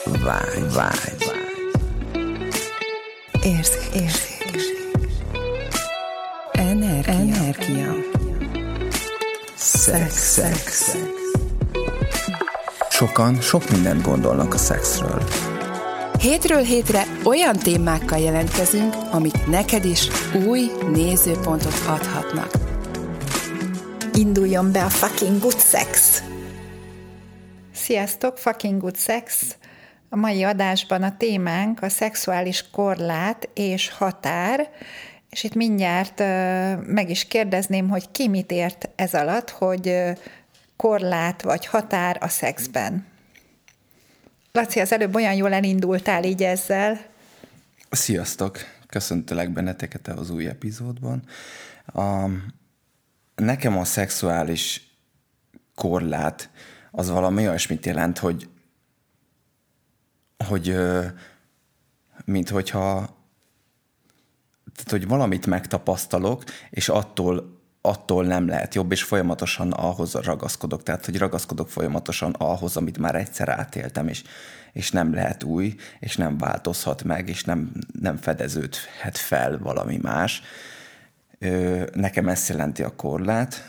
Vágy. Érzékenység. Energia. Szex. Sokan sok mindent gondolnak a szexről. Hétről hétre olyan témákkal jelentkezünk, amik neked is új nézőpontot adhatnak. Induljon be a fucking good sex! Sziasztok, fucking good sex! A mai adásban a témánk a szexuális korlát és határ, és itt mindjárt meg is kérdezném, hogy ki mit ért ez alatt, hogy korlát vagy határ a szexben. Laci, az előbb olyan jól elindultál így ezzel. Sziasztok! Köszöntelek benneteket az új epizódban. Nekem a szexuális korlát az valami olyasmit jelent, hogy hogy valamit megtapasztalok, és attól nem lehet jobb, és folyamatosan ahhoz ragaszkodok. Tehát, hogy ragaszkodok folyamatosan ahhoz, amit már egyszer átéltem, és nem lehet új, és nem változhat meg, és nem fedeződhet fel valami más. Nekem ezt jelenti a korlát.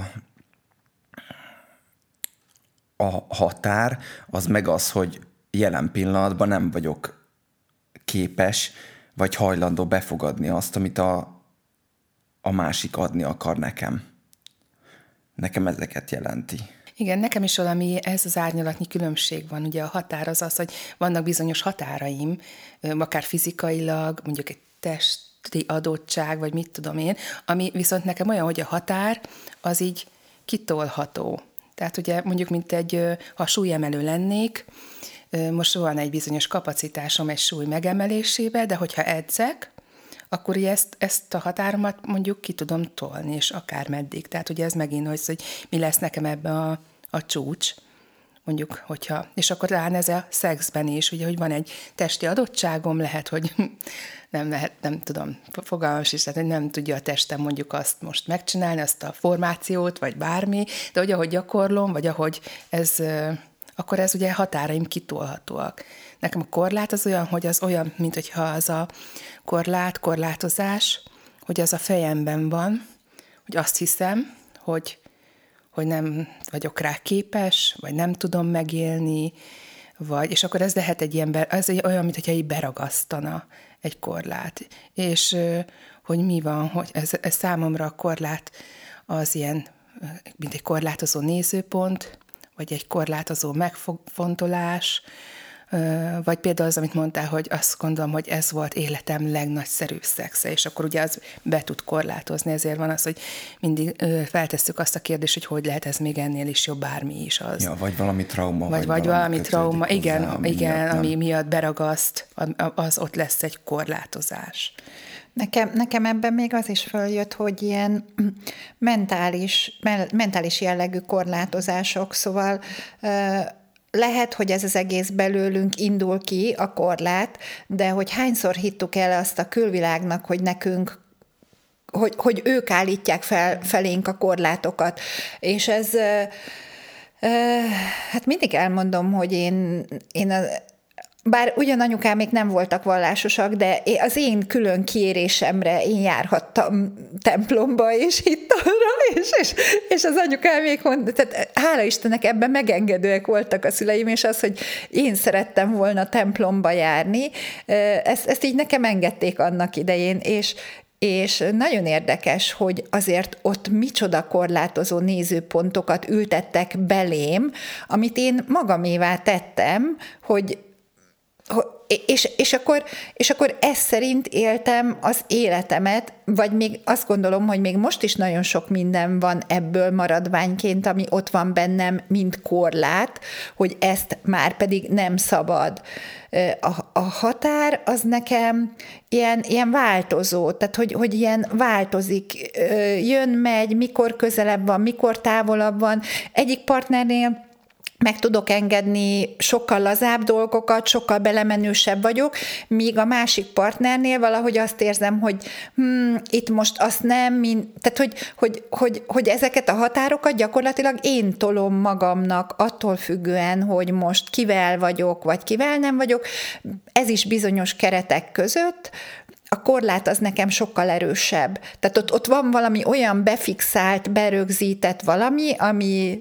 A határ az meg az, hogy jelen pillanatban nem vagyok képes, vagy hajlandó befogadni azt, amit a másik adni akar nekem. Nekem ezeket jelenti. Igen, nekem is valami, ez az árnyalatnyi különbség van. Ugye a határ az, hogy vannak bizonyos határaim, akár fizikailag, mondjuk egy testi adottság, vagy mit tudom én, ami viszont nekem olyan, hogy a határ az így kitolható. Tehát ugye mondjuk, mint ha súlyemelő lennék, most van egy bizonyos kapacitásom egy súly megemelésébe, de hogyha edzek, akkor ezt a határomat mondjuk ki tudom tolni, és akár meddig. Tehát ugye ez megint, hogy mi lesz nekem ebbe a csúcs, mondjuk, hogyha, és akkor talán ez a szexben is, ugye, hogy van egy testi adottságom, lehet, hogy nem tudom, fogalmas is, tehát, hogy nem tudja a testem mondjuk azt most megcsinálni, azt a formációt, vagy bármi, de hogy ahogy gyakorlom, vagy ahogy akkor ez ugye határaim kitolhatóak. Nekem a korlát az olyan, hogy az olyan, mint hogyha az a korlátozás, hogy az a fejemben van, hogy azt hiszem, hogy nem vagyok rá képes, vagy nem tudom megélni, és akkor ez lehet egy ilyen, ez olyan, mintha így beragasztana egy korlát. És hogy mi van, hogy ez számomra a korlát az ilyen, mint egy korlátozó nézőpont, vagy egy korlátozó megfontolás, vagy például az, amit mondtál, hogy azt gondolom, hogy ez volt életem legnagyszerűbb szexe, és akkor ugye az be tud korlátozni, ezért van az, hogy mindig feltesszük azt a kérdést, hogy lehet ez még ennél is jobb, bármi is az. Ja, vagy valami trauma. Vagy valami trauma, igen, ami miatt beragaszt, az ott lesz egy korlátozás. Nekem ebben még az is följött, hogy ilyen mentális jellegű korlátozások, szóval lehet, hogy ez az egész belőlünk indul ki, a korlát, de hogy hányszor hittük el azt a külvilágnak, hogy nekünk, hogy ők állítják felénk a korlátokat. És ez, hát mindig elmondom, hogy én bár ugyan anyukámék nem voltak vallásosak, de az én külön kiérésemre én járhattam templomba, és hitt arra, és az anyukámék tehát hála Istennek ebben megengedőek voltak a szüleim, és az, hogy én szerettem volna templomba járni, ezt így nekem engedték annak idején, és nagyon érdekes, hogy azért ott micsoda korlátozó nézőpontokat ültettek belém, amit én magamévá tettem, és akkor ez szerint éltem az életemet, vagy még azt gondolom, hogy még most is nagyon sok minden van ebből maradványként, ami ott van bennem, mint korlát, hogy ezt már pedig nem szabad. A határ az nekem ilyen változó, tehát hogy ilyen változik, jön, megy, mikor közelebb van, mikor távolabb van. Egyik partnernél meg tudok engedni sokkal lazább dolgokat, sokkal belemenősebb vagyok, míg a másik partnernél valahogy azt érzem, hogy itt most azt nem, tehát hogy ezeket a határokat gyakorlatilag én tolom magamnak attól függően, hogy most kivel vagyok, vagy kivel nem vagyok. Ez is bizonyos keretek között. A korlát az nekem sokkal erősebb. Tehát ott van valami olyan befixált, berögzített valami, ami...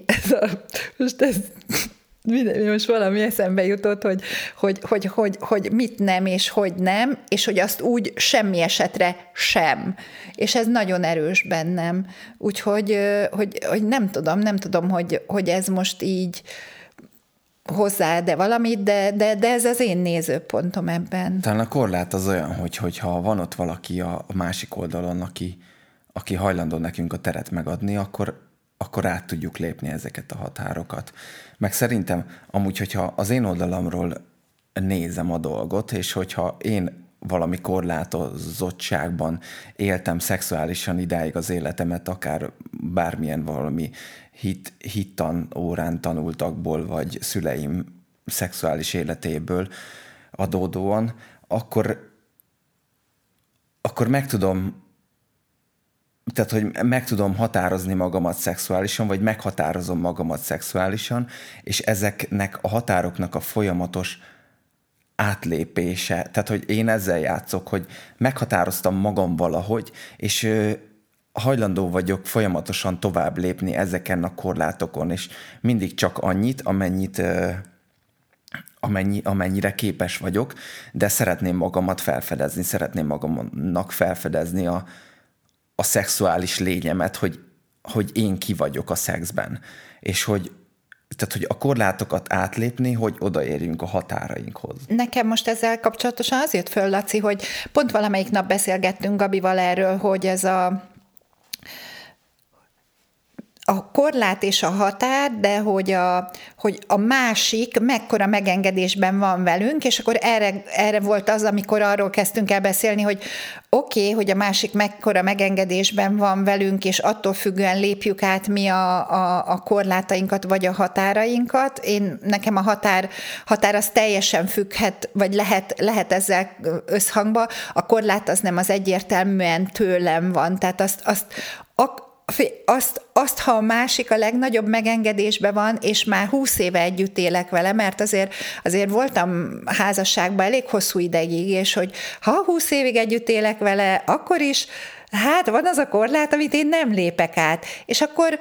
Most valami eszembe jutott, hogy mit nem, és hogy nem, és hogy azt úgy semmi esetre sem. És ez nagyon erős bennem. Úgyhogy hogy nem tudom, hogy ez most így hozzáad-e valamit, de ez az én nézőpontom ebben. Talán a korlát az olyan, hogyha van ott valaki a másik oldalon, aki hajlandó nekünk a teret megadni, akkor át tudjuk lépni ezeket a határokat. Meg szerintem amúgy, hogyha az én oldalamról nézem a dolgot, és hogyha én valami korlátozottságban éltem szexuálisan idáig az életemet, akár bármilyen valami hittan órán tanultakból, vagy szüleim szexuális életéből adódóan, akkor meg tudom határozni magamat szexuálisan, vagy meghatározom magamat szexuálisan, és ezeknek a határoknak a folyamatos átlépése. Tehát, hogy én ezzel játszok, hogy meghatároztam magam valahogy, és hajlandó vagyok folyamatosan tovább lépni ezeken a korlátokon, és mindig csak annyit, amennyire képes vagyok, de szeretném magamat felfedezni, szeretném magamnak felfedezni a szexuális lényemet, hogy én ki vagyok a szexben, és hogy a korlátokat átlépni, hogy odaérjünk a határainkhoz. Nekem most ezzel kapcsolatosan az jött föl, Laci, hogy pont valamelyik nap beszélgettünk Gabival erről, hogy ez a korlát és a határ, de hogy a másik mekkora megengedésben van velünk, és akkor erre volt az, amikor arról kezdtünk el beszélni, hogy oké, hogy a másik mekkora megengedésben van velünk, és attól függően lépjük át mi a korlátainkat, vagy a határainkat. Nekem a határ az teljesen függhet, vagy lehet ezzel összhangba. A korlát az nem, az egyértelműen tőlem van. Tehát azt, ha a másik a legnagyobb megengedésben van, és már 20 éve együtt élek vele, mert azért voltam házasságban elég hosszú ideig, és hogy ha 20 évig együtt élek vele, akkor is, hát van az a korlát, amit én nem lépek át. És akkor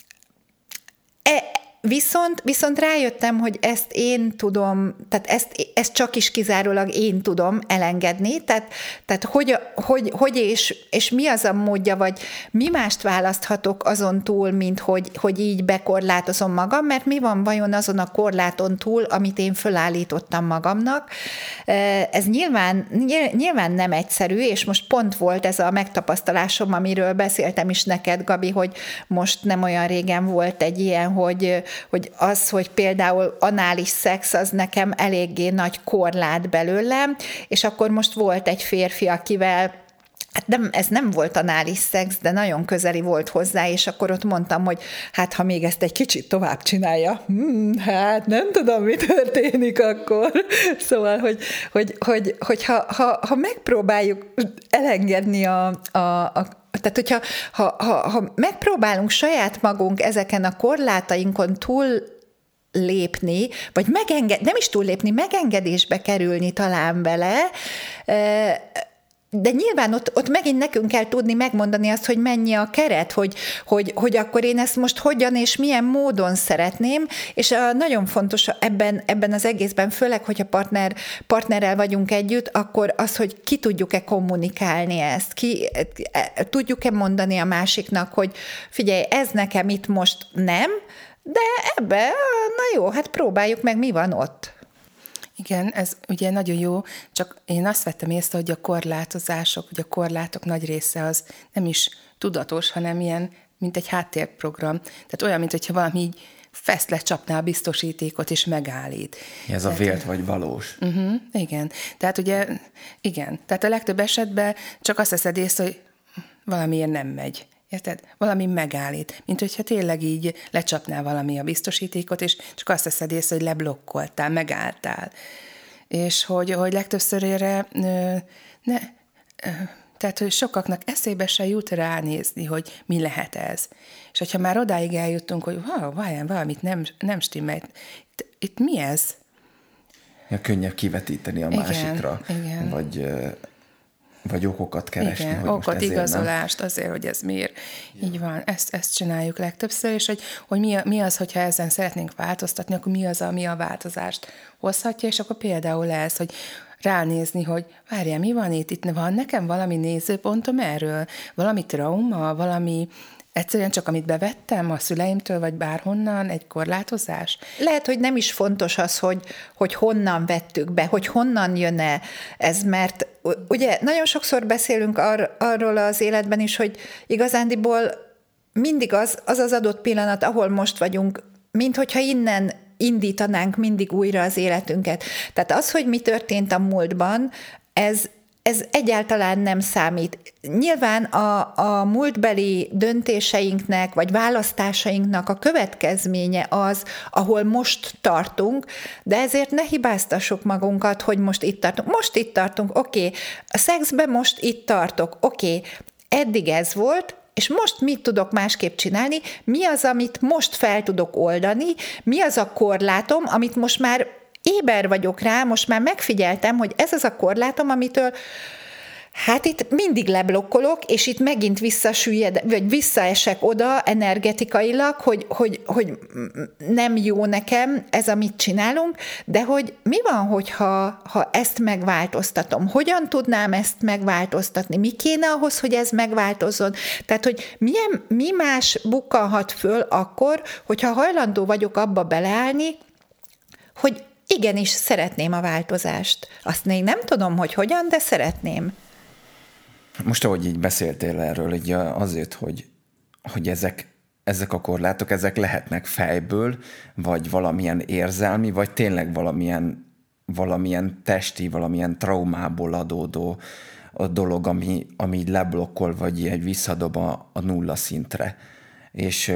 viszont rájöttem, hogy ezt én tudom, tehát ezt csak is kizárólag én tudom elengedni, tehát hogy és mi az a módja, vagy mi mást választhatok azon túl, mint hogy így bekorlátozom magam, mert mi van vajon azon a korláton túl, amit én fölállítottam magamnak. Ez nyilván nem egyszerű, és most pont volt ez a megtapasztalásom, amiről beszéltem is neked, Gabi, hogy most nem olyan régen volt egy ilyen, hogy például anális szex, az nekem eléggé nagy korlát belőlem, és akkor most volt egy férfi, akivel ez nem volt anális szex, de nagyon közeli volt hozzá, és akkor ott mondtam, hogy hát ha még ezt egy kicsit tovább csinálja, hát nem tudom, mi történik akkor. Szóval, hogy ha megpróbáljuk elengedni tehát, hogyha ha megpróbálunk saját magunk ezeken a korlátainkon túl lépni, vagy nem is túl lépni, megengedésbe kerülni talán vele, de nyilván ott megint nekünk kell tudni megmondani azt, hogy mennyi a keret, hogy akkor én ezt most hogyan és milyen módon szeretném, és nagyon fontos ebben az egészben, főleg, hogyha partnerrel vagyunk együtt, akkor az, hogy ki tudjuk-e kommunikálni ezt, tudjuk-e mondani a másiknak, hogy figyelj, ez nekem itt most nem, de ebbe, na jó, hát próbáljuk meg, mi van ott. Igen, ez ugye nagyon jó, csak én azt vettem észre, hogy a korlátozások, vagy a korlátok nagy része az nem is tudatos, hanem ilyen, mint egy háttérprogram. Tehát olyan, mintha valami így fest lecsapná a biztosítékot, és megállít. Ez a vélt vagy valós. Igen. Tehát ugye, igen. Tehát a legtöbb esetben csak azt veszed észre, hogy valamiért nem megy. Érted? Valami megállít. Mint hogyha tényleg így lecsapnál valami a biztosítékot, és csak azt veszed észre, hogy leblokkoltál, megálltál. És hogy legtöbbször erre tehát, hogy sokaknak eszébe se jut ránézni, hogy mi lehet ez. És hogyha már odáig eljutunk, hogy várjál, valamit nem stimmel. Itt mi ez? Ja, könnyebb kivetíteni a másikra. Igen. Vagy okokat keresni. Igen, hogy okot, igazolást nem. azért, hogy ez miért. Ja. Így van, ezt csináljuk legtöbbször, és hogy mi az, hogyha ezen szeretnénk változtatni, akkor mi az, ami a változást hozhatja, és akkor például lesz, hogy ránézni, hogy várjál, mi van itt van nekem valami nézőpontom erről, valami trauma, valami egyszerűen csak amit bevettem a szüleimtől, vagy bárhonnan, egy korlátozás? Lehet, hogy nem is fontos az, hogy honnan vettük be, hogy honnan jön-e ez, mert ugye nagyon sokszor beszélünk arról az életben is, hogy igazándiból mindig az adott pillanat, ahol most vagyunk, mint hogyha innen indítanánk mindig újra az életünket. Tehát az, hogy mi történt a múltban, ez egyáltalán nem számít. Nyilván a múltbeli döntéseinknek, vagy választásainknak a következménye az, ahol most tartunk, de ezért ne hibáztassuk magunkat, hogy most itt tartunk. Most itt tartunk, oké. A szexben most itt tartok, oké. Eddig ez volt, és most mit tudok másképp csinálni, mi az, amit most fel tudok oldani, mi az a korlátom, amit most már éber vagyok rá, most már megfigyeltem, hogy ez az a korlátom, amitől hát itt mindig leblokkolok, és itt megint visszaesek oda energetikailag, hogy nem jó nekem ez, amit csinálunk, de hogy mi van, hogyha ezt megváltoztatom? Hogyan tudnám ezt megváltoztatni? Mi kéne ahhoz, hogy ez megváltozzon? Tehát, hogy mi más bukkanhat föl akkor, hogyha hajlandó vagyok abba beleállni, hogy igenis szeretném a változást. Azt még nem tudom, hogy hogyan, de szeretném. Most, ahogy így beszéltél erről, így azért, hogy ezek a korlátok, ezek lehetnek fejből, vagy valamilyen érzelmi, vagy tényleg valamilyen testi, valamilyen traumából adódó a dolog, ami leblokkol, vagy egy visszadob a nulla szintre. És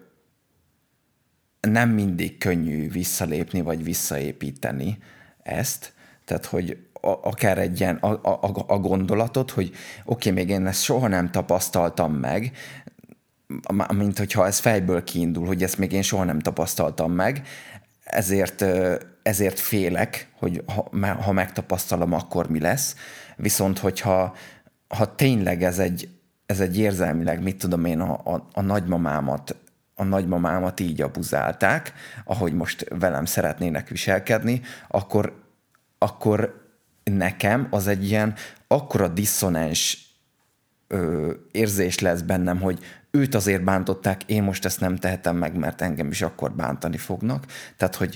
nem mindig könnyű visszalépni, vagy visszaépíteni ezt. Tehát, hogy akár egy ilyen a gondolatot, hogy oké, még én ezt soha nem tapasztaltam meg, mint hogyha ez fejből kiindul, hogy ezt még én soha nem tapasztaltam meg, ezért félek, hogy ha megtapasztalom, akkor mi lesz. Viszont, hogyha tényleg ez egy érzelmileg, mit tudom én, a nagymamámat így abuzálták, ahogy most velem szeretnének viselkedni, akkor nekem az egy ilyen akkora disszonens érzés lesz bennem, hogy őt azért bántották, én most ezt nem tehetem meg, mert engem is akkor bántani fognak. Tehát, hogy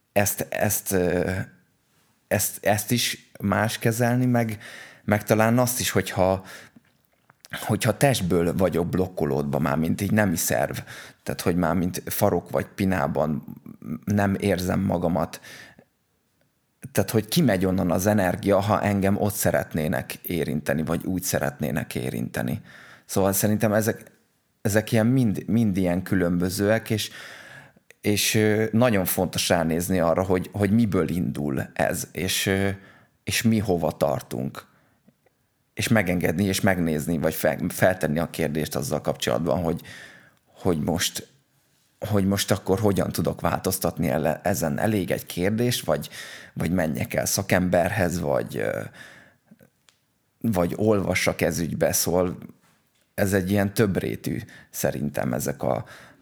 ezt is más kezelni, meg talán azt is, hogyha testből vagyok blokkolódva már, mint így nemi szerv, tehát hogy már mint farok vagy pinában nem érzem magamat, tehát hogy kimegy onnan az energia, ha engem ott szeretnének érinteni, vagy úgy szeretnének érinteni. Szóval szerintem ezek ilyen mind ilyen különbözőek, és nagyon fontos ránézni arra, hogy miből indul ez, és mi hova tartunk. És megengedni, és megnézni, vagy feltenni a kérdést azzal kapcsolatban, hogy most akkor hogyan tudok változtatni ezen. Elég egy kérdés, vagy menjek el szakemberhez, vagy olvassak ez ügybe, szóval ez egy ilyen többrétű szerintem ezek a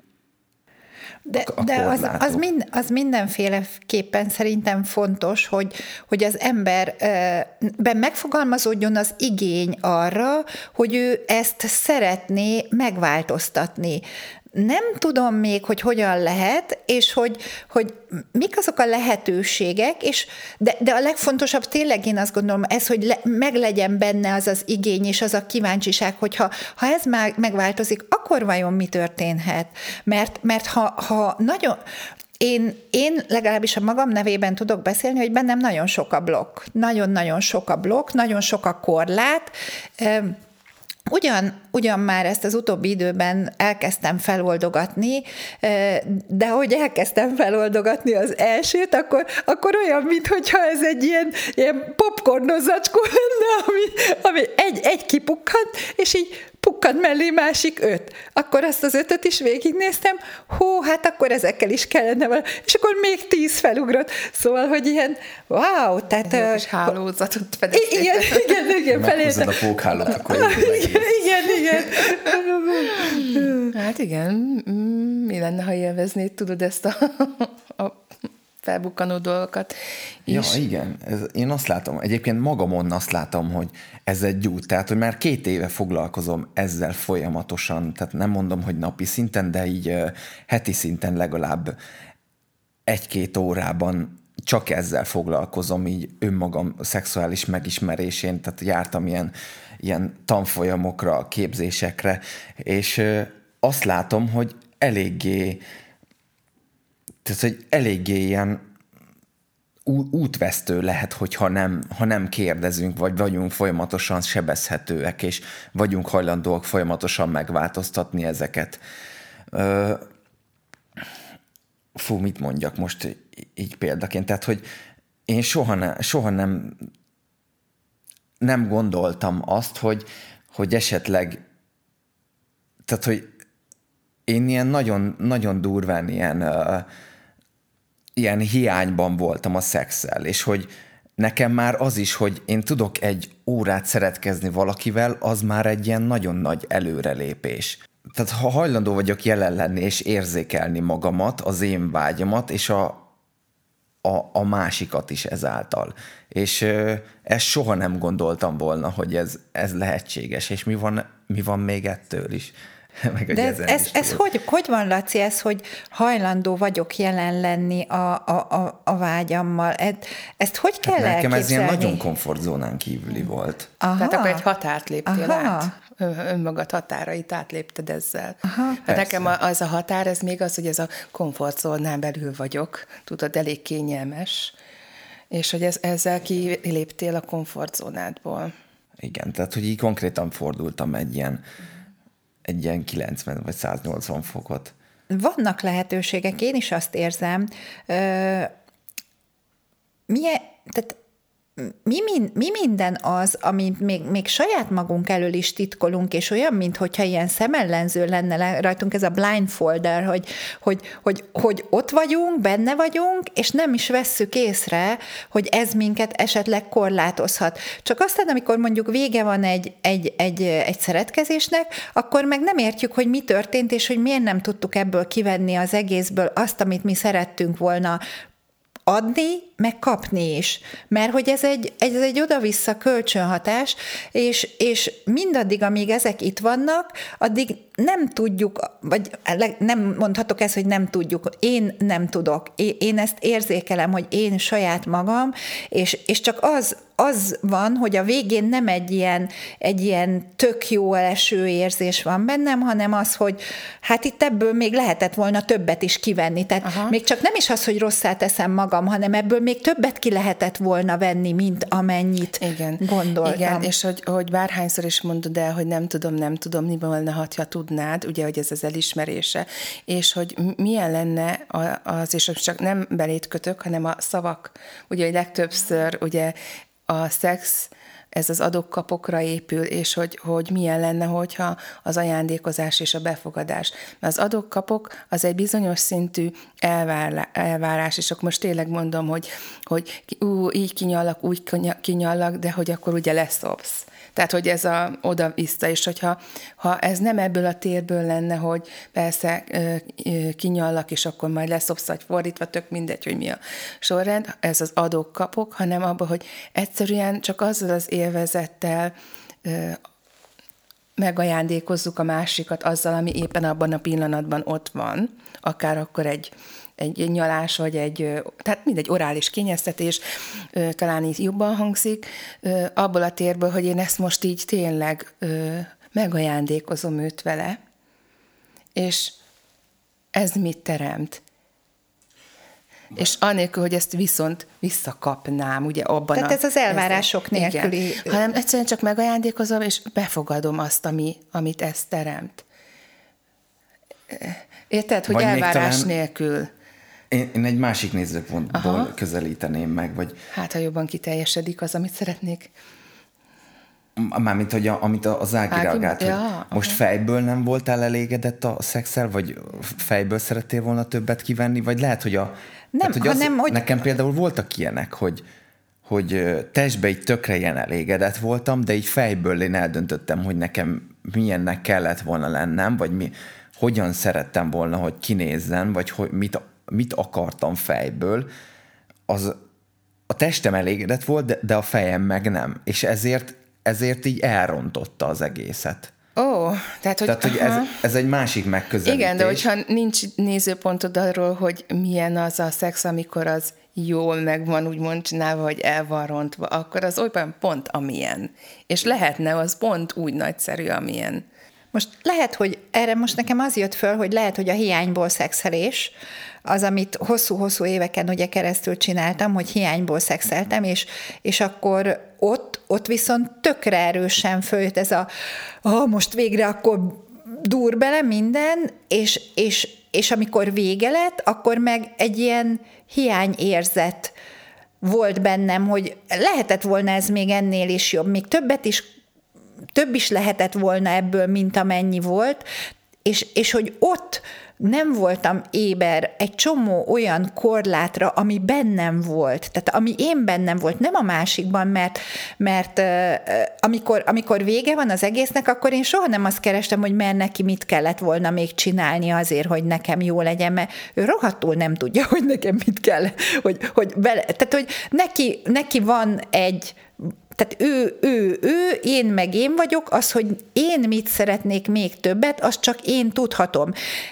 De az mindenféleképpen szerintem fontos, hogy az emberben megfogalmazódjon az igény arra, hogy ő ezt szeretné megváltoztatni. Nem tudom még, hogy hogyan lehet, és hogy mik azok a lehetőségek, de a legfontosabb tényleg én azt gondolom, ez, hogy meglegyen benne az az igény, és az a kíváncsiság, hogyha ez megváltozik, akkor vajon mi történhet? Mert ha nagyon... Én legalábbis a magam nevében tudok beszélni, hogy bennem nagyon sok a blokk. Nagyon-nagyon sok a blokk, nagyon sok a korlát, Ugyan már ezt az utóbbi időben elkezdtem feloldogatni, de hogy elkezdtem feloldogatni az elsőt, akkor olyan, mintha ez egy ilyen popcornos zacskó lenne, ami egy kipukkant, és így pukkant mellé másik 5. Akkor azt az 5-öt is végignéztem, hát akkor ezekkel is kellene valami, és akkor még 10 felugrott. Szóval, hogy ilyen, wow, tehát... Jó kis hálózatot fedezték. Igen, meghúzod a pókhálót, akkor igen. Hát igen, mi lenne, ha élveznéd, tudod, ezt a felbukkanó dolgokat is. Ja, igen. Én azt látom, egyébként magamon azt látom, hogy ez egy út. Tehát, hogy már 2 éve foglalkozom ezzel folyamatosan, tehát nem mondom, hogy napi szinten, de így heti szinten legalább 1-2 órában csak ezzel foglalkozom, így önmagam szexuális megismerésén, tehát jártam ilyen tanfolyamokra, képzésekre, és azt látom, hogy eléggé ilyen útvesztő lehet, hogyha nem kérdezünk, vagy vagyunk folyamatosan sebezhetőek, és vagyunk hajlandóak folyamatosan megváltoztatni ezeket. Mit mondjak most így példaként? Tehát, hogy én soha nem gondoltam azt, hogy esetleg, tehát, hogy én ilyen nagyon, nagyon durván ilyen hiányban voltam a szexszel, és hogy nekem már az is, hogy én tudok 1 órát szeretkezni valakivel, az már egy ilyen nagyon nagy előrelépés. Tehát ha hajlandó vagyok jelen lenni és érzékelni magamat, az én vágyamat, és a másikat is ezáltal. És ezt soha nem gondoltam volna, hogy ez lehetséges, és mi van még ettől is. Meg de ez hogy van, Laci, ez, hogy hajlandó vagyok jelen lenni a vágyammal? Ezt hogy kell elképzelni? Nekem ez ilyen nagyon komfortzónán kívüli volt. Aha. Tehát akkor egy határt léptél át. Önmagad határait átlépted ezzel. Hát nekem az a határ, ez még az, hogy ez a komfortzónán belül vagyok, tudod, elég kényelmes, és hogy ezzel kiléptél a komfortzónádból. Igen, tehát hogy így konkrétan fordultam egy ilyen 90 vagy 180 fokot. Vannak lehetőségek, én is azt érzem. Mi minden az, amit még saját magunk elől is titkolunk, és olyan, mintha ilyen szemellenző lenne rajtunk, ez a blindfolder, hogy ott vagyunk, benne vagyunk, és nem is vesszük észre, hogy ez minket esetleg korlátozhat. Csak aztán, amikor mondjuk vége van egy szeretkezésnek, akkor meg nem értjük, hogy mi történt, és hogy miért nem tudtuk ebből kivenni az egészből azt, amit mi szerettünk volna adni, meg kapni is. Mert hogy ez egy oda-vissza kölcsönhatás, és mindaddig, amíg ezek itt vannak, addig nem tudjuk, vagy nem mondhatok ezt, hogy nem tudjuk, én nem tudok. Én ezt érzékelem, hogy én saját magam, és csak az van, hogy a végén nem egy ilyen tök jó eső érzés van bennem, hanem az, hogy hát itt ebből még lehetett volna többet is kivenni. Tehát még csak nem is az, hogy rosszá teszem magam, hanem ebből még többet ki lehetett volna venni, mint amennyit gondoltam. Igen, és hogy bárhányszor is mondod el, hogy nem tudom, mi volna, ha tudnád, ugye, hogy ez az elismerése, és hogy milyen lenne az, és csak nem belét kötök, hanem a szavak, ugye, hogy legtöbbször, ugye, a szex, ez az adok-kapokra épül, és hogy milyen lenne, hogyha az ajándékozás és a befogadás. Mert az adok-kapok az egy bizonyos szintű elvárás, és akkor most tényleg mondom, hogy így kinyallak, úgy kinyallak, de hogy akkor ugye leszopsz. Tehát, hogy ez oda-vissza, és hogyha ez nem ebből a térből lenne, hogy persze kinyallak, és akkor majd leszopsz, vagy fordítva, tök mindegy, hogy mi a sorrend, ez az adok-kapok, hanem abban, hogy egyszerűen csak azzal az élvezettel megajándékozzuk a másikat azzal, ami éppen abban a pillanatban ott van, akár akkor egy nyalás, vagy tehát mindegy orális kényeztetés, talán így jobban hangzik, abból a térből, hogy én ezt most így tényleg megajándékozom őt vele, és ez mit teremt? És anélkül, hogy ezt viszont visszakapnám, ugye abban Tehát ez az elvárások nélküli. Igen. Hanem egyszerűen csak megajándékozom, és befogadom azt, amit ez teremt. Érted, hogy vagy elvárás nélkül. Én egy másik nézőpontból közelíteném meg, vagy... Hát, ha jobban kiteljesedik az, amit szeretnék. Mármint, hogy amit az Ági reagált, hogy most fejből nem voltál elégedett a szexel, vagy fejből szerettél volna többet kivenni, vagy lehet, hogy nekem például voltak ilyenek, hogy testben így tökre ilyen elégedett voltam, de így fejből én eldöntöttem, hogy nekem milyennek kellett volna lennem, vagy hogyan szerettem volna, hogy kinézzen, vagy mit akartam fejből. A testem elégedett volt, de a fejem meg nem. És ezért így elrontotta az egészet. Tehát, hogy ez egy másik megközelítés. Igen, de hogyha nincs nézőpontod arról, hogy milyen az a szex, amikor az jól meg van úgymond csinálva, hogy el van rontva, akkor az olyan pont amilyen. És lehetne az pont úgy nagyszerű, amilyen. Most lehet, hogy erre most nekem az jött föl, hogy lehet, hogy a hiányból szexelés, az, amit hosszú-hosszú éveken ugye keresztül csináltam, hogy hiányból szexeltem, és akkor ott viszont tökre erősen följött ez most végre akkor dur bele minden, és amikor vége lett, akkor meg egy ilyen hiányérzet volt bennem, hogy lehetett volna ez még ennél is jobb, még több is lehetett volna ebből, mint amennyi volt, és hogy ott nem voltam éber egy csomó olyan korlátra, ami bennem volt, tehát ami én bennem volt, nem a másikban, mert amikor vége van az egésznek, akkor én soha nem azt kerestem, hogy neki mit kellett volna még csinálni azért, hogy nekem jó legyen, mert ő rohadtul nem tudja, hogy nekem mit kell, tehát hogy neki van egy. Tehát ő, én meg én vagyok, az, hogy én mit szeretnék még többet, azt csak én tudhatom.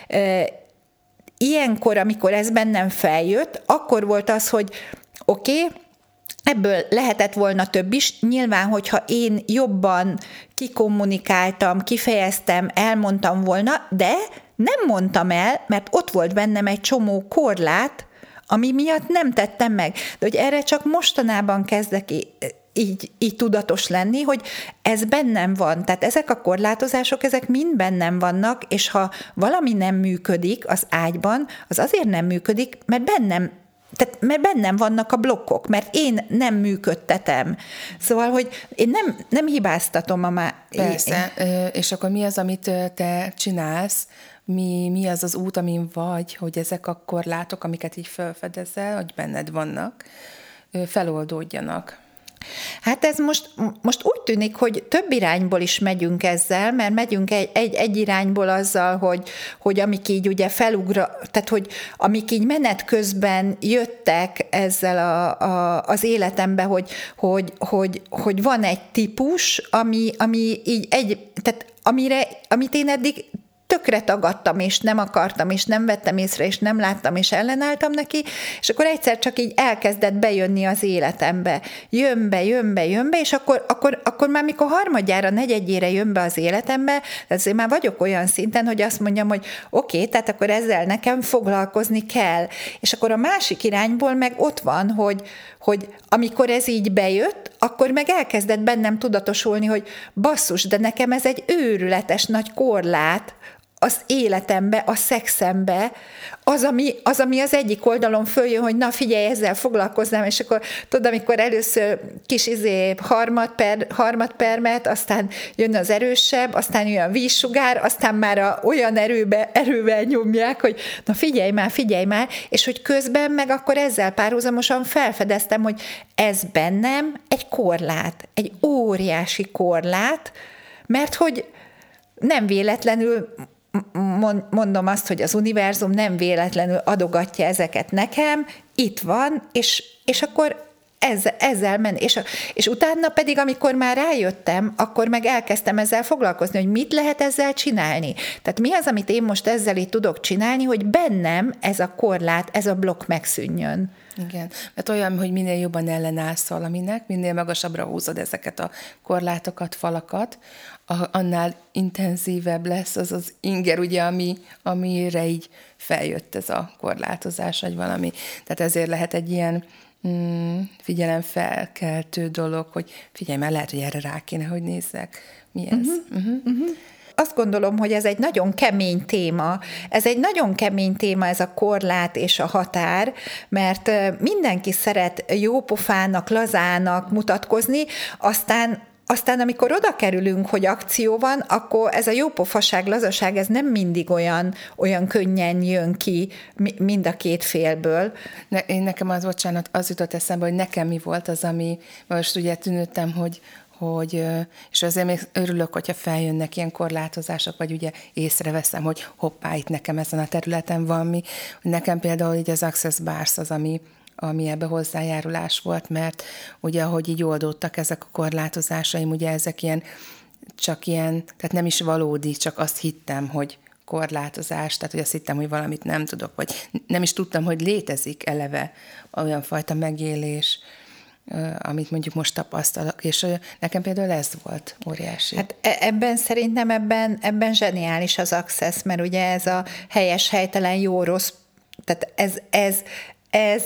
Ilyenkor, amikor ez bennem feljött, akkor volt az, hogy oké, ebből lehetett volna több is. Nyilván, hogyha én jobban kikommunikáltam, kifejeztem, elmondtam volna, de nem mondtam el, mert ott volt bennem egy csomó korlát, ami miatt nem tettem meg. De hogy erre csak mostanában kezdek így tudatos lenni, hogy ez bennem van. Tehát ezek a korlátozások, ezek mind bennem vannak, és ha valami nem működik az ágyban, az azért nem működik, mert bennem vannak a blokkok, mert én nem működtetem. Szóval, hogy én nem hibáztatom Persze, és akkor mi az, amit te csinálsz, mi az az út, amin vagy, hogy ezek a korlátok, amiket így felfedezel, hogy benned vannak, feloldódjanak? Hát ez most úgy tűnik, hogy több irányból is megyünk ezzel, mert megyünk egy irányból azzal, hogy amik így ugye tehát hogy amik így menet közben jöttek ezzel az életembe, hogy van egy típus, ami így tehát amit én eddig tökre tagadtam, és nem akartam, és nem vettem észre, és nem láttam, és ellenálltam neki, és akkor egyszer csak így elkezdett bejönni az életembe. Jön be, és akkor már mikor harmadjára, negyedjére jön be az életembe, azért már vagyok olyan szinten, hogy azt mondjam, hogy oké, tehát akkor ezzel nekem foglalkozni kell. És akkor a másik irányból meg ott van, hogy amikor ez így bejött, akkor meg elkezdett bennem tudatosulni, hogy basszus, de nekem ez egy őrületes nagy korlát az életembe, a szexembe, az, ami az egyik oldalon följön, hogy na figyelj, ezzel foglalkoznám, és akkor tudod, amikor először kis harmadpermet, aztán jön az erősebb, aztán jön a vízsugár, aztán már olyan erővel nyomják, hogy na figyelj már, és hogy közben meg akkor ezzel párhuzamosan felfedeztem, hogy ez bennem egy korlát, egy óriási korlát, mert hogy nem véletlenül mondom azt, hogy az univerzum nem véletlenül adogatja ezeket nekem, itt van, és akkor ezzel menni. És utána pedig, amikor már rájöttem, akkor meg elkezdtem ezzel foglalkozni, hogy mit lehet ezzel csinálni. Tehát mi az, amit én most ezzel itt tudok csinálni, hogy bennem ez a korlát, ez a blokk megszűnjön. Igen, mert olyan, hogy minél jobban ellenállsz valaminek, minél magasabbra húzod ezeket a korlátokat, falakat, annál intenzívebb lesz az az inger, ugye, amire így feljött ez a korlátozás, vagy valami. Tehát ezért lehet egy ilyen figyelemfelkeltő dolog, hogy figyelj, már lehet, hogy erre rá kéne, hogy nézzek. Mi ez? Azt gondolom, hogy ez egy nagyon kemény téma. Ez egy nagyon kemény téma, ez a korlát és a határ, mert mindenki szeret jópofának, lazának mutatkozni, aztán, amikor oda kerülünk, hogy akció van, akkor ez a jópofaság, lazaság, ez nem mindig olyan könnyen jön ki mind a két félből. Nekem az jutott eszembe, hogy nekem mi volt az, ami most ugye tűnődtem, hogy és azért még örülök, hogyha feljönnek ilyen korlátozások, vagy ugye észreveszem, hogy hoppá, itt nekem ezen a területen van mi. Nekem például így az Access Bars az, ami ebbe hozzájárulás volt, mert ugye, ahogy így oldódtak ezek a korlátozásaim, ugye ezek csak ilyen, tehát nem is valódi, csak azt hittem, hogy korlátozás, tehát hogy azt hittem, hogy valamit nem tudok, vagy nem is tudtam, hogy létezik eleve olyan fajta megélés, amit mondjuk most tapasztalok, és nekem például ez volt óriási. Hát szerintem ebben zseniális az Access, mert ugye ez a helyes, helytelen, jó, rossz, tehát ez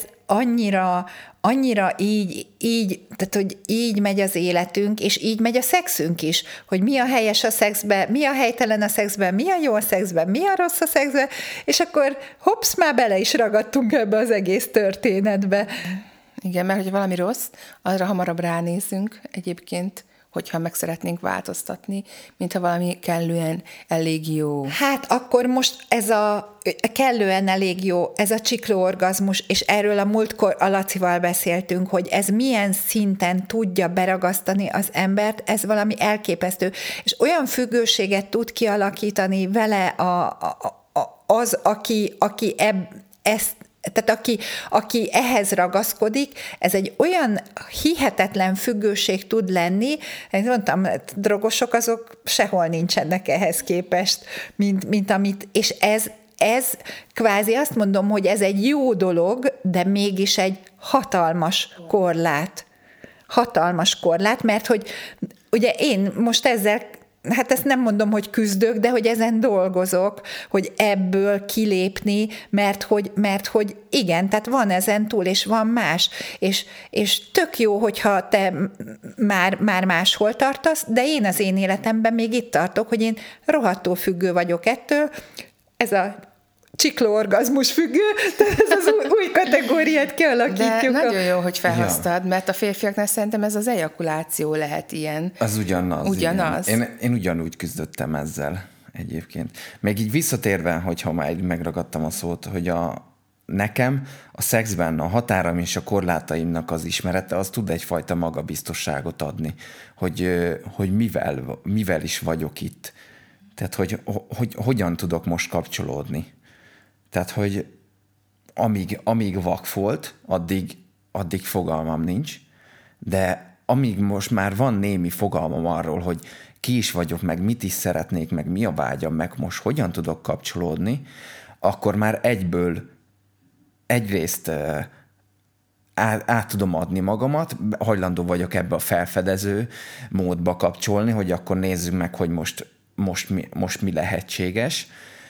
annyira így, tehát hogy így megy az életünk, és így megy a szexünk is, hogy mi a helyes a szexben, mi a helytelen a szexben, mi a jó a szexben, mi a rossz a szexben, és akkor hopsz, már bele is ragadtunk ebbe az egész történetbe. Igen, mert hogyha valami rossz, arra hamarabb ránézünk egyébként, hogyha meg szeretnénk változtatni, mintha valami kellően elég jó. Hát akkor most ez a kellően elég jó, ez a csiklóorgazmus, és erről a múltkor a Lacival beszéltünk, hogy ez milyen szinten tudja beragasztani az embert, ez valami elképesztő, és olyan függőséget tud kialakítani vele az, aki ezt, tehát aki ehhez ragaszkodik, ez egy olyan hihetetlen függőség tud lenni, én mondtam, drogosok azok sehol nincsenek ehhez képest, mint amit, és ez kvázi azt mondom, hogy ez egy jó dolog, de mégis egy hatalmas korlát. Hatalmas korlát, mert hogy ugye én most ezzel, hát ezt nem mondom, hogy küzdök, de hogy ezen dolgozok, hogy ebből kilépni, mert hogy igen, tehát van ezen túl, és van más, és tök jó, hogyha te már máshol tartasz, de én az én életemben még itt tartok, hogy én rohadtul függő vagyok ettől, ez a csiklóorgazmus függő, tehát ez az új kategóriát kialakítjuk. De nagyon jó, hogy felhoztad, mert a férfiaknál szerintem ez az ejakuláció lehet ilyen. Az ugyanaz. Ugyanaz. Én ugyanúgy küzdöttem ezzel egyébként. Még így visszatérve, hogyha már megragadtam a szót, hogy nekem a szexben a határaim és a korlátaimnak az ismerete, az tud egyfajta magabiztosságot adni, hogy mivel is vagyok itt. Tehát, hogy hogyan tudok most kapcsolódni. Tehát, hogy amíg vak volt, addig fogalmam nincs, de amíg most már van némi fogalmam arról, hogy ki is vagyok, meg mit is szeretnék, meg mi a vágyam, meg most hogyan tudok kapcsolódni, akkor már egyrészt át tudom adni magamat, hajlandó vagyok ebbe a felfedező módba kapcsolni, hogy akkor nézzük meg, hogy most mi lehetséges,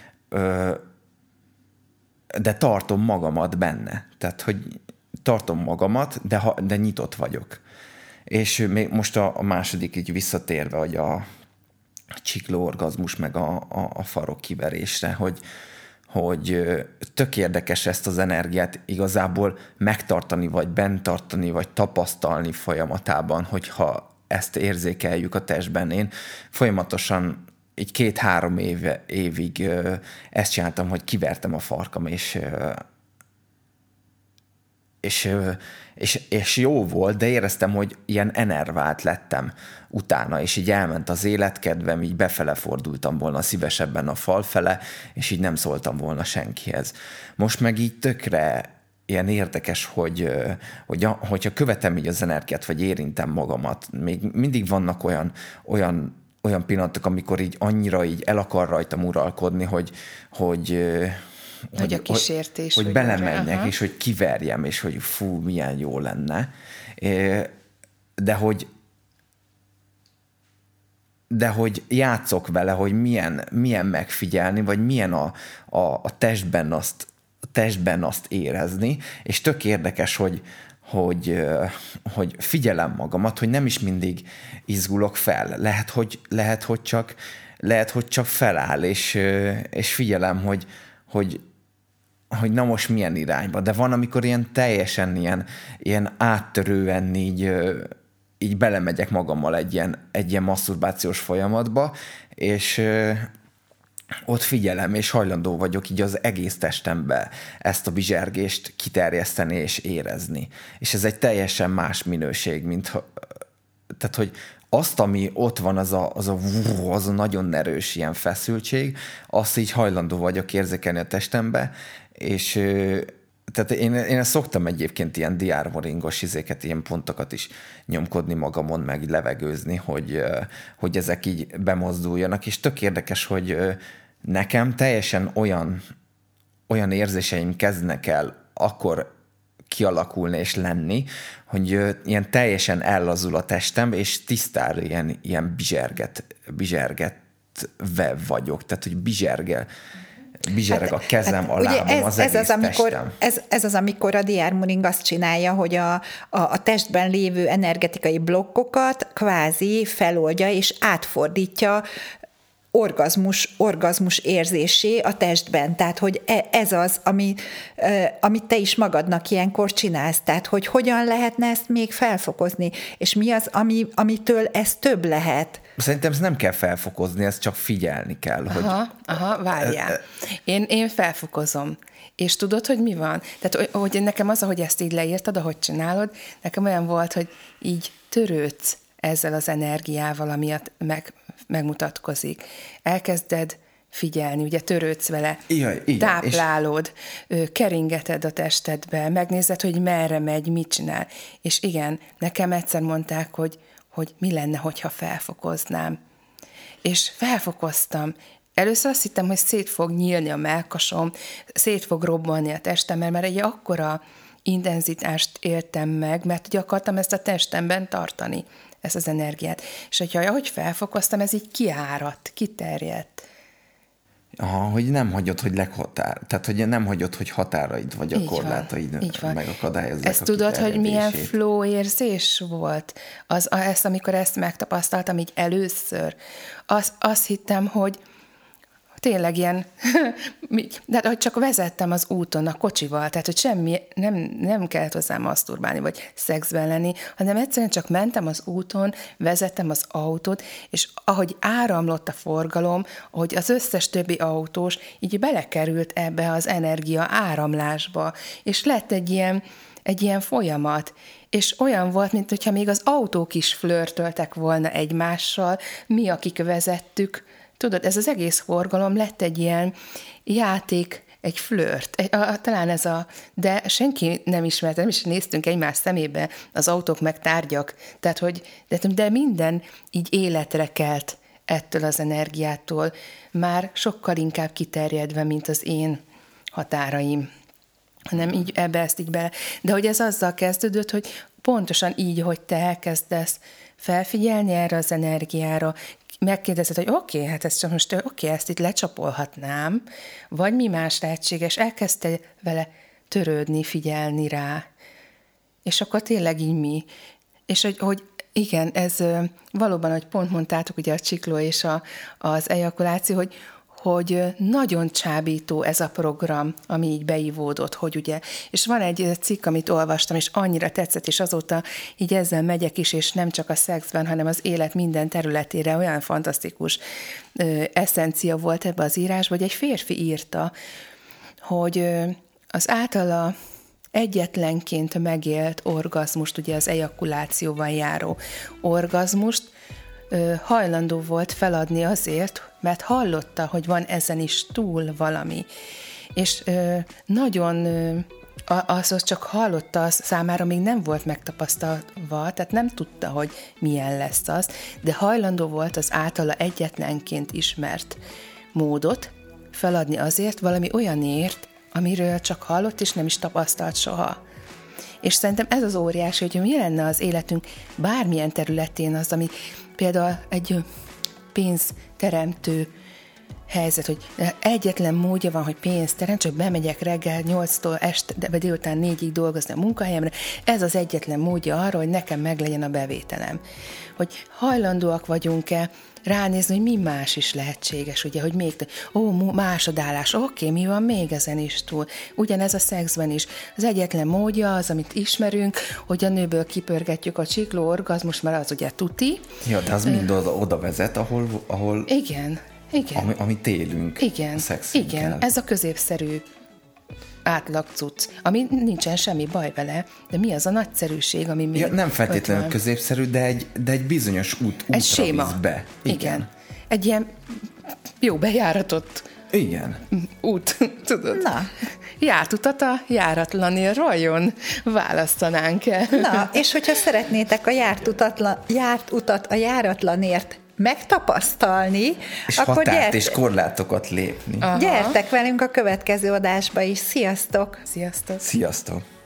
de tartom magamat benne. Tehát, hogy tartom magamat, de nyitott vagyok. És még most a második így visszatérve, hogy a csiklóorgazmus meg a farok kiverésre, hogy tök érdekes ezt az energiát igazából megtartani, vagy bent tartani, vagy tapasztalni folyamatában, hogyha ezt érzékeljük a testben. Én folyamatosan így 2-3 évig ezt csináltam, hogy kivertem a farkam, és jó volt, de éreztem, hogy ilyen enervált lettem utána, és így elment az életkedvem, így befele fordultam volna szívesebben a fal fele, és így nem szóltam volna senkihez. Most meg így tökre ilyen érdekes, hogyha követem így az energiát, vagy érintem magamat, még mindig vannak olyan pillanatok, amikor így annyira így el akar rajtam uralkodni, hogy Hogy a kísértés. Hogy belemenjek, és hogy kiverjem, és hogy fú, milyen jó lenne. De hogy játszok vele, hogy milyen megfigyelni, vagy milyen a testben azt érezni, és tök érdekes, hogy figyelem magamat, hogy nem is mindig izgulok fel. Lehet, hogy csak feláll, és figyelem, hogy na most milyen irányba. De van, amikor ilyen teljesen ilyen áttörően így belemegyek magammal egy ilyen masturbációs folyamatba, és ott figyelem, és hajlandó vagyok így az egész testembe ezt a bizsergést kiterjeszteni és érezni. És ez egy teljesen más minőség, tehát, hogy azt, ami ott van, az a nagyon erős ilyen feszültség, azt így hajlandó vagyok érzékelni a testembe, és tehát én ezt szoktam egyébként ilyen diármoringos ilyen pontokat is nyomkodni magamon, meg levegőzni, hogy ezek így bemozduljanak, és tök érdekes, hogy nekem teljesen olyan érzéseim kezdnek el akkor kialakulni és lenni, hogy ilyen teljesen ellazul a testem, és tisztára ilyen bizsergetve vagyok, tehát hogy bizsereg a kezem, a lábam, az egész testem. Ez az, amikor a diármoring azt csinálja, hogy a testben lévő energetikai blokkokat kvázi feloldja és átfordítja orgazmus érzésé a testben. Tehát, hogy ez az, amit te is magadnak ilyenkor csinálsz. Tehát, hogy hogyan lehetne ezt még felfokozni, és mi az, amitől ez több lehet. Szerintem ezt nem kell felfokozni, ezt csak figyelni kell. Várjál. Én felfokozom. És tudod, hogy mi van? Tehát, hogy nekem az, ahogy ezt így leírtad, ahogy csinálod, nekem olyan volt, hogy így törődsz ezzel az energiával, amiatt megmutatkozik. Elkezded figyelni, ugye törődsz vele, igen, táplálod, keringeted a testedbe, megnézed, hogy merre megy, mit csinál. És igen, nekem egyszer mondták, hogy mi lenne, hogyha felfokoznám. És felfokoztam. Először azt hittem, hogy szét fog nyílni a mellkasom, szét fog robbanni a testem, mert egy akkora intenzitást éltem meg, mert ugye akartam ezt a testemben tartani, ezt az energiát. És ahogy felfokoztam, ez így kiáradt, kiterjedt. Hogy nem hagyod, hogy tehát hogy nem hagyod, hogy határaid vagy a korlátaid megakadályozzák. Ezt tudod, hogy milyen flow érzés volt? Ezt, amikor ezt megtapasztaltam így először, azt hittem, hogy tényleg ilyen, de hogy csak vezettem az úton a kocsival, tehát hogy semmi, nem kellett hozzá maszturbálni, vagy szexben lenni, hanem egyszerűen csak mentem az úton, vezettem az autót, és ahogy áramlott a forgalom, ahogy az összes többi autós így belekerült ebbe az energia áramlásba, és lett egy ilyen folyamat, és olyan volt, mint hogyha még az autók is flörtöltek volna egymással, mi, akik vezettük. Tudod, ez az egész forgalom lett egy ilyen játék, egy flört. Talán de senki nem ismerte, nem is néztünk egymás szemébe, az autók meg tárgyak. Tehát, de minden így életre kelt ettől az energiától, már sokkal inkább kiterjedve, mint az én határaim. Hanem így ezt így bele. De hogy ez azzal kezdődött, hogy pontosan így, hogy te elkezdesz felfigyelni erre az energiára, megkérdezed, hogy oké, hát ezt itt lecsapolhatnám, vagy mi más lehetséges, elkezdte vele törődni, figyelni rá. És akkor tényleg így mi. És hogy igen, ez valóban, hogy pont mondtátok, ugye a csikló és az ejakuláció, hogy nagyon csábító ez a program, ami így beivódott, hogy ugye, és van egy cikk, amit olvastam, és annyira tetszett, és azóta így ezzel megyek is, és nem csak a szexben, hanem az élet minden területére olyan fantasztikus eszencia volt ebbe az írásba, hogy egy férfi írta, hogy az általa egyetlenként megélt orgazmust, ugye az ejakulációval járó orgazmust, hajlandó volt feladni azért, mert hallotta, hogy van ezen is túl valami. És nagyon az csak hallotta, az számára még nem volt megtapasztalva, tehát nem tudta, hogy milyen lesz az, de hajlandó volt az általa egyetlenként ismert módot feladni azért valami olyanért, amiről csak hallott és nem is tapasztalt soha. És szerintem ez az óriási, hogy mi lenne az életünk bármilyen területén az, ami például egy pénzteremtő helyzet, hogy egyetlen módja van, hogy pénzt terem, csak bemegyek reggel 8-tól este, de délután 4-ig dolgozni a munkahelyemre, ez az egyetlen módja arra, hogy nekem meglegyen a bevételem. Hogy hajlandóak vagyunk-e ránézni, hogy mi más is lehetséges, ugye, hogy még másodállás, oké, mi van még ezen is túl. Ugyanez a szexben is. Az egyetlen módja az, amit ismerünk, hogy a nőből kipörgetjük a csikló orgazmus, mert az ugye tuti. Ja, de az mind oda vezet, ahol igen. Amit élünk. Igen, ez a középszerű átlag cucc, ami nincsen semmi baj vele, de mi az a nagyszerűség, ami még nem feltétlenül középszerű, de egy bizonyos útra visz be. Igen. Egy ilyen jó bejáratott út, tudod? Na. Járt utat a járatlanért vajon választanánk el? Na, és hogyha szeretnétek a járt utat a járatlanért megtapasztalni, és akkor határt és korlátokat lépni. Gyertek velünk a következő adásba is. Sziasztok! Sziasztok! Sziasztok!